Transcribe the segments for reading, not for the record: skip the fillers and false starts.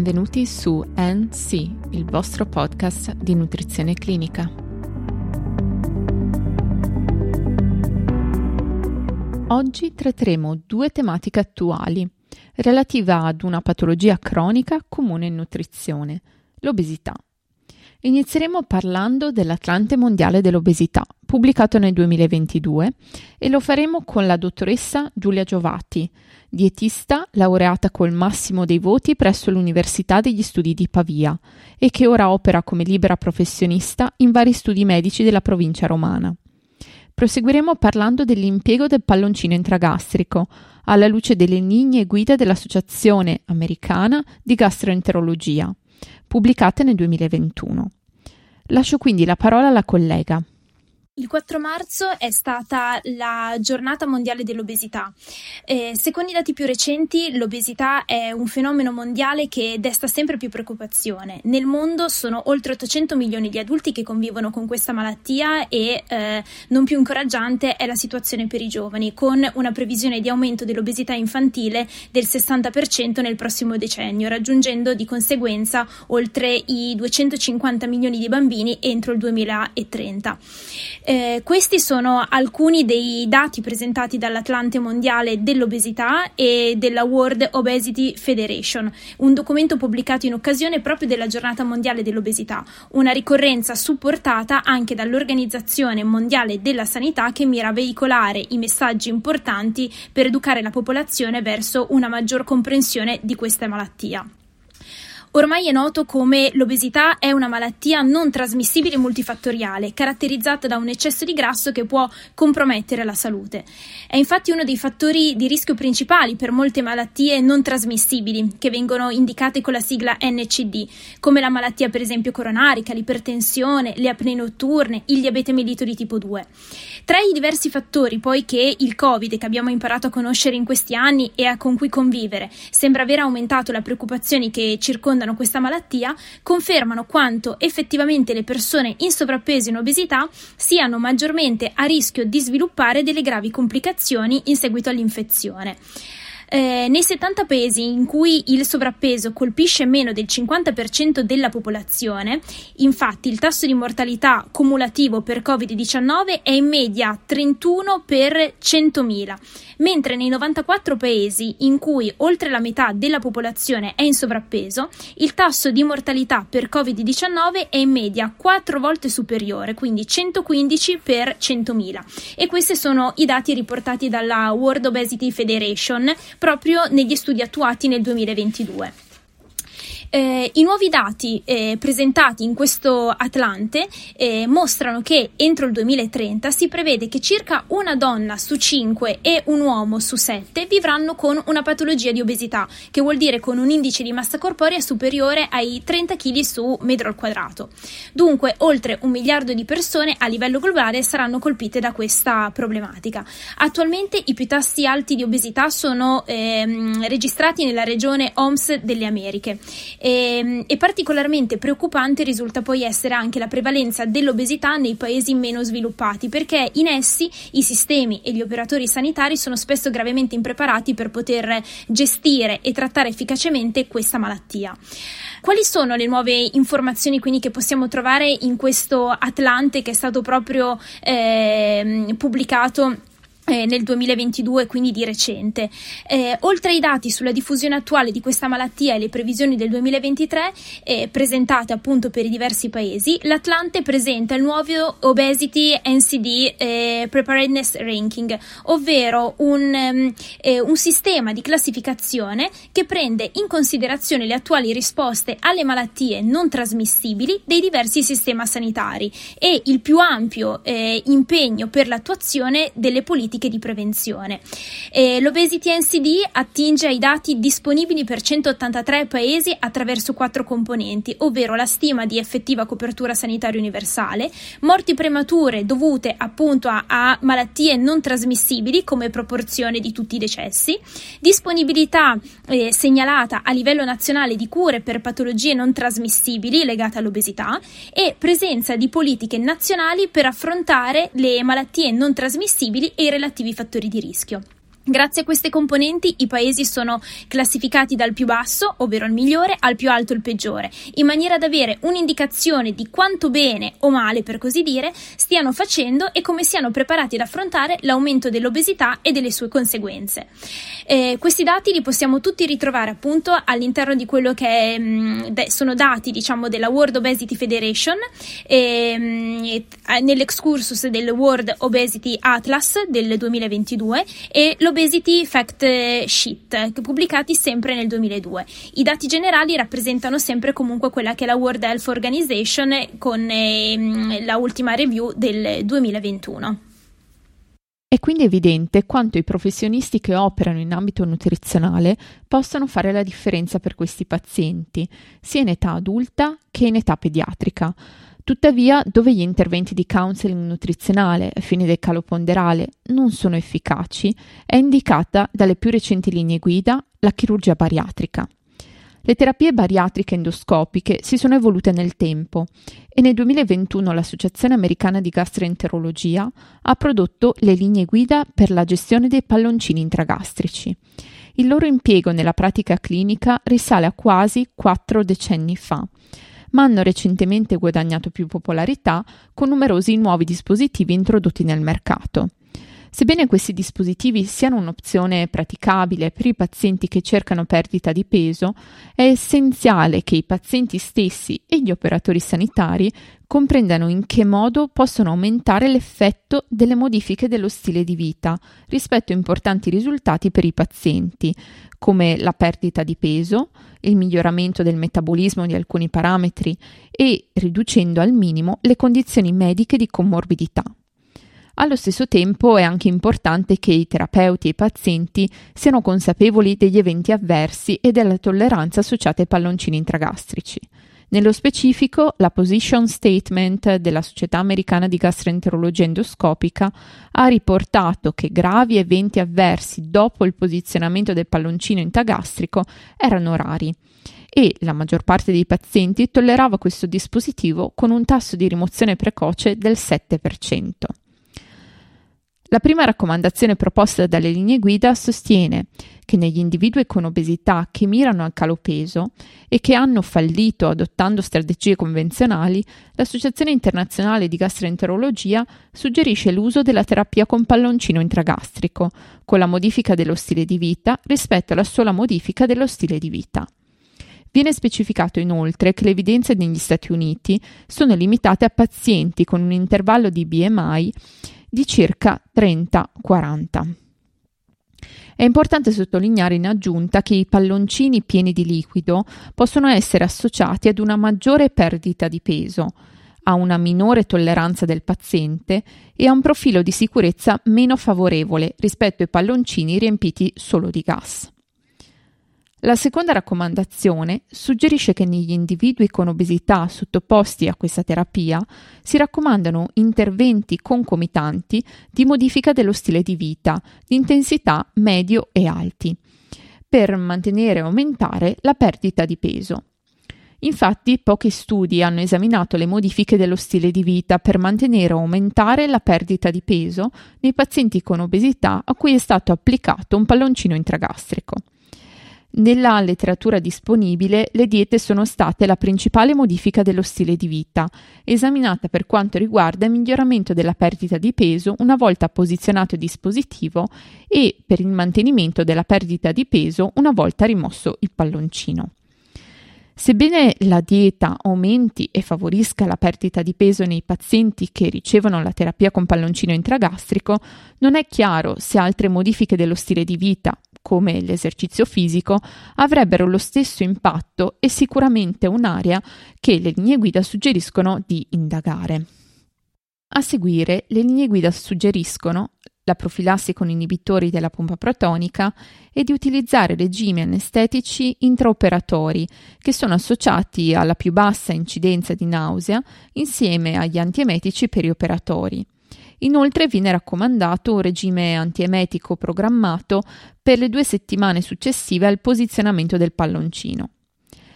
benvenuti su NC, il vostro podcast di nutrizione clinica. Oggi tratteremo due tematiche attuali relative ad una patologia cronica comune in nutrizione, l'obesità. Inizieremo parlando dell'Atlante mondiale dell'obesità, pubblicato nel 2022, e lo faremo con la dottoressa Giulia Giovati, dietista laureata col massimo dei voti presso l'Università degli Studi di Pavia e che ora opera come libera professionista in vari studi medici della provincia romana. Proseguiremo parlando dell'impiego del palloncino intragastrico, alla luce delle linee guida dell'Associazione Americana di Gastroenterologia, pubblicate nel 2021. Lascio quindi la parola alla collega. Il 4 marzo è stata la giornata mondiale dell'obesità. Secondo i dati più recenti, l'obesità è un fenomeno mondiale che desta sempre più preoccupazione. Nel mondo sono oltre 800 milioni di adulti che convivono con questa malattia e non più incoraggiante è la situazione per i giovani, con una previsione di aumento dell'obesità infantile del 60% nel prossimo decennio, raggiungendo di conseguenza oltre i 250 milioni di bambini entro il 2030. Questi sono alcuni dei dati presentati dall'Atlante mondiale dell'obesità e della World Obesity Federation, un documento pubblicato in occasione proprio della giornata mondiale dell'obesità, una ricorrenza supportata anche dall'Organizzazione Mondiale della Sanità che mira a veicolare i messaggi importanti per educare la popolazione verso una maggior comprensione di questa malattia. Ormai è noto come l'obesità è una malattia non trasmissibile multifattoriale, caratterizzata da un eccesso di grasso che può compromettere la salute. È infatti uno dei fattori di rischio principali per molte malattie non trasmissibili, che vengono indicate con la sigla NCD, come la malattia per esempio coronarica, l'ipertensione, le apnee notturne, il diabete mellito di tipo 2. Tra i diversi fattori poi che il Covid, che abbiamo imparato a conoscere in questi anni e con cui convivere, sembra aver aumentato le preoccupazioni che circondano questa malattia, confermano quanto effettivamente le persone in sovrappeso e in obesità siano maggiormente a rischio di sviluppare delle gravi complicazioni in seguito all'infezione. Nei 70 paesi in cui il sovrappeso colpisce meno del 50% della popolazione, infatti il tasso di mortalità cumulativo per Covid-19 è in media 31 per 100.000, mentre nei 94 paesi in cui oltre la metà della popolazione è in sovrappeso, il tasso di mortalità per Covid-19 è in media 4 volte superiore, quindi 115 per 100.000. E questi sono i dati riportati dalla World Obesity Federation proprio negli studi attuati nel 2022. I nuovi dati presentati in questo Atlante mostrano che entro il 2030 si prevede che circa una donna su 5 e un uomo su 7 vivranno con una patologia di obesità, che vuol dire con un indice di massa corporea superiore ai 30 kg su metro al quadrato. Dunque, oltre 1 miliardo di persone a livello globale saranno colpite da questa problematica. Attualmente i più tassi alti di obesità sono registrati nella regione OMS delle Americhe. E particolarmente preoccupante risulta poi essere anche la prevalenza dell'obesità nei paesi meno sviluppati, perché in essi i sistemi e gli operatori sanitari sono spesso gravemente impreparati per poter gestire e trattare efficacemente questa malattia. Quali sono le nuove informazioni quindi che possiamo trovare in questo Atlante che è stato proprio pubblicato nel 2022, quindi di recente? Oltre ai dati sulla diffusione attuale di questa malattia e le previsioni del 2023 presentate appunto per i diversi paesi, l'Atlante presenta il nuovo Obesity NCD Preparedness Ranking, ovvero un sistema di classificazione che prende in considerazione le attuali risposte alle malattie non trasmissibili dei diversi sistemi sanitari e il più ampio impegno per l'attuazione delle politiche di prevenzione. L'Obesity NCD attinge ai dati disponibili per 183 paesi attraverso 4 componenti, ovvero la stima di effettiva copertura sanitaria universale, morti premature dovute appunto a malattie non trasmissibili come proporzione di tutti i decessi, disponibilità segnalata a livello nazionale di cure per patologie non trasmissibili legate all'obesità e presenza di politiche nazionali per affrontare le malattie non trasmissibili e i relativi fattori di rischio. Grazie a queste componenti i paesi sono classificati dal più basso, ovvero il migliore, al più alto il peggiore, in maniera da avere un'indicazione di quanto bene o male, per così dire, stiano facendo e come siano preparati ad affrontare l'aumento dell'obesità e delle sue conseguenze. Questi dati li possiamo tutti ritrovare appunto all'interno di quello che sono dati, diciamo, della World Obesity Federation, nell'excursus del World Obesity Atlas del 2022 e l'Obesity Fact Sheet, pubblicati sempre nel 2002. I dati generali rappresentano sempre comunque quella che è la World Health Organization con la ultima review del 2021. È quindi evidente quanto i professionisti che operano in ambito nutrizionale possano fare la differenza per questi pazienti, sia in età adulta che in età pediatrica. Tuttavia, dove gli interventi di counseling nutrizionale ai fini del calo ponderale non sono efficaci, è indicata dalle più recenti linee guida la chirurgia bariatrica. Le terapie bariatriche endoscopiche si sono evolute nel tempo e nel 2021 l'Associazione Americana di Gastroenterologia ha prodotto le linee guida per la gestione dei palloncini intragastrici. Il loro impiego nella pratica clinica risale a quasi 4 decenni fa, ma hanno recentemente guadagnato più popolarità con numerosi nuovi dispositivi introdotti nel mercato. Sebbene questi dispositivi siano un'opzione praticabile per i pazienti che cercano perdita di peso, è essenziale che i pazienti stessi e gli operatori sanitari comprendano in che modo possono aumentare l'effetto delle modifiche dello stile di vita rispetto a importanti risultati per i pazienti, come la perdita di peso, il miglioramento del metabolismo di alcuni parametri e riducendo al minimo le condizioni mediche di comorbidità. Allo stesso tempo è anche importante che i terapeuti e i pazienti siano consapevoli degli eventi avversi e della tolleranza associata ai palloncini intragastrici. Nello specifico, la position statement della Società Americana di Gastroenterologia Endoscopica ha riportato che gravi eventi avversi dopo il posizionamento del palloncino intragastrico erano rari e la maggior parte dei pazienti tollerava questo dispositivo con un tasso di rimozione precoce del 7%. La prima raccomandazione proposta dalle linee guida sostiene che negli individui con obesità che mirano al calo peso e che hanno fallito adottando strategie convenzionali, l'Associazione Internazionale di Gastroenterologia suggerisce l'uso della terapia con palloncino intragastrico, con la modifica dello stile di vita rispetto alla sola modifica dello stile di vita. Viene specificato inoltre che le evidenze negli Stati Uniti sono limitate a pazienti con un intervallo di BMI di circa 30-40. È importante sottolineare in aggiunta che i palloncini pieni di liquido possono essere associati ad una maggiore perdita di peso, a una minore tolleranza del paziente e a un profilo di sicurezza meno favorevole rispetto ai palloncini riempiti solo di gas. La seconda raccomandazione suggerisce che negli individui con obesità sottoposti a questa terapia si raccomandano interventi concomitanti di modifica dello stile di vita di intensità medio e alti per mantenere e aumentare la perdita di peso. Infatti, pochi studi hanno esaminato le modifiche dello stile di vita per mantenere o aumentare la perdita di peso nei pazienti con obesità a cui è stato applicato un palloncino intragastrico. Nella letteratura disponibile, le diete sono state la principale modifica dello stile di vita, esaminata per quanto riguarda il miglioramento della perdita di peso una volta posizionato il dispositivo e per il mantenimento della perdita di peso una volta rimosso il palloncino. Sebbene la dieta aumenti e favorisca la perdita di peso nei pazienti che ricevono la terapia con palloncino intragastrico, non è chiaro se altre modifiche dello stile di vita, come l'esercizio fisico, avrebbero lo stesso impatto e sicuramente un'area che le linee guida suggeriscono di indagare. A seguire, le linee guida suggeriscono la profilassi con inibitori della pompa protonica e di utilizzare regimi anestetici intraoperatori che sono associati alla più bassa incidenza di nausea insieme agli antiemetici perioperatori. Inoltre viene raccomandato un regime antiemetico programmato per le 2 settimane successive al posizionamento del palloncino.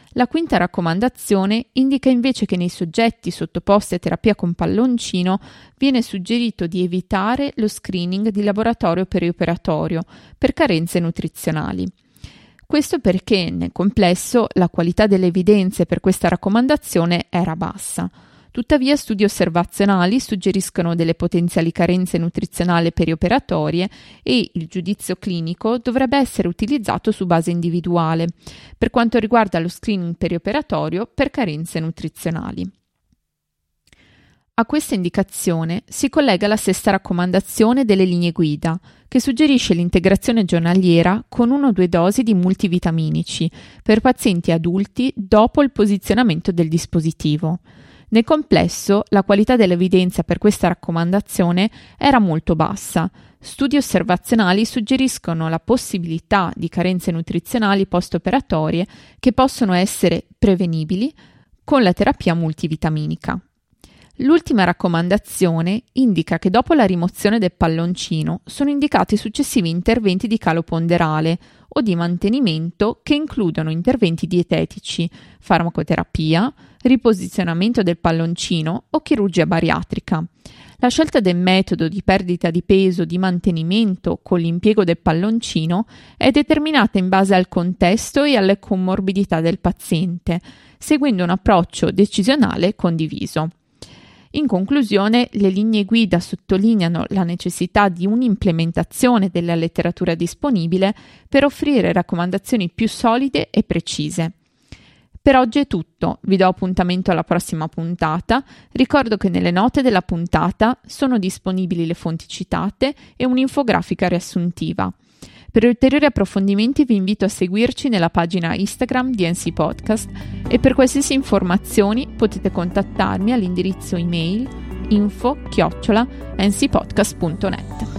La quinta raccomandazione indica invece che nei soggetti sottoposti a terapia con palloncino viene suggerito di evitare lo screening di laboratorio perioperatorio per carenze nutrizionali. Questo perché, nel complesso, la qualità delle evidenze per questa raccomandazione era bassa. Tuttavia, studi osservazionali suggeriscono delle potenziali carenze nutrizionali perioperatorie e il giudizio clinico dovrebbe essere utilizzato su base individuale per quanto riguarda lo screening perioperatorio per carenze nutrizionali. A questa indicazione si collega la sesta raccomandazione delle linee guida, che suggerisce l'integrazione giornaliera con 1 o 2 dosi di multivitaminici per pazienti adulti dopo il posizionamento del dispositivo. Nel complesso, la qualità dell'evidenza per questa raccomandazione era molto bassa. Studi osservazionali suggeriscono la possibilità di carenze nutrizionali post-operatorie che possono essere prevenibili con la terapia multivitaminica. L'ultima raccomandazione indica che dopo la rimozione del palloncino sono indicati successivi interventi di calo ponderale o di mantenimento che includono interventi dietetici, farmacoterapia, riposizionamento del palloncino o chirurgia bariatrica. La scelta del metodo di perdita di peso di mantenimento con l'impiego del palloncino è determinata in base al contesto e alle comorbidità del paziente, seguendo un approccio decisionale condiviso. In conclusione, le linee guida sottolineano la necessità di un'implementazione della letteratura disponibile per offrire raccomandazioni più solide e precise. Per oggi è tutto, vi do appuntamento alla prossima puntata. Ricordo che nelle note della puntata sono disponibili le fonti citate e un'infografica riassuntiva. Per ulteriori approfondimenti vi invito a seguirci nella pagina Instagram di NC Podcast e per qualsiasi informazioni potete contattarmi all'indirizzo email info@ncpodcast.net.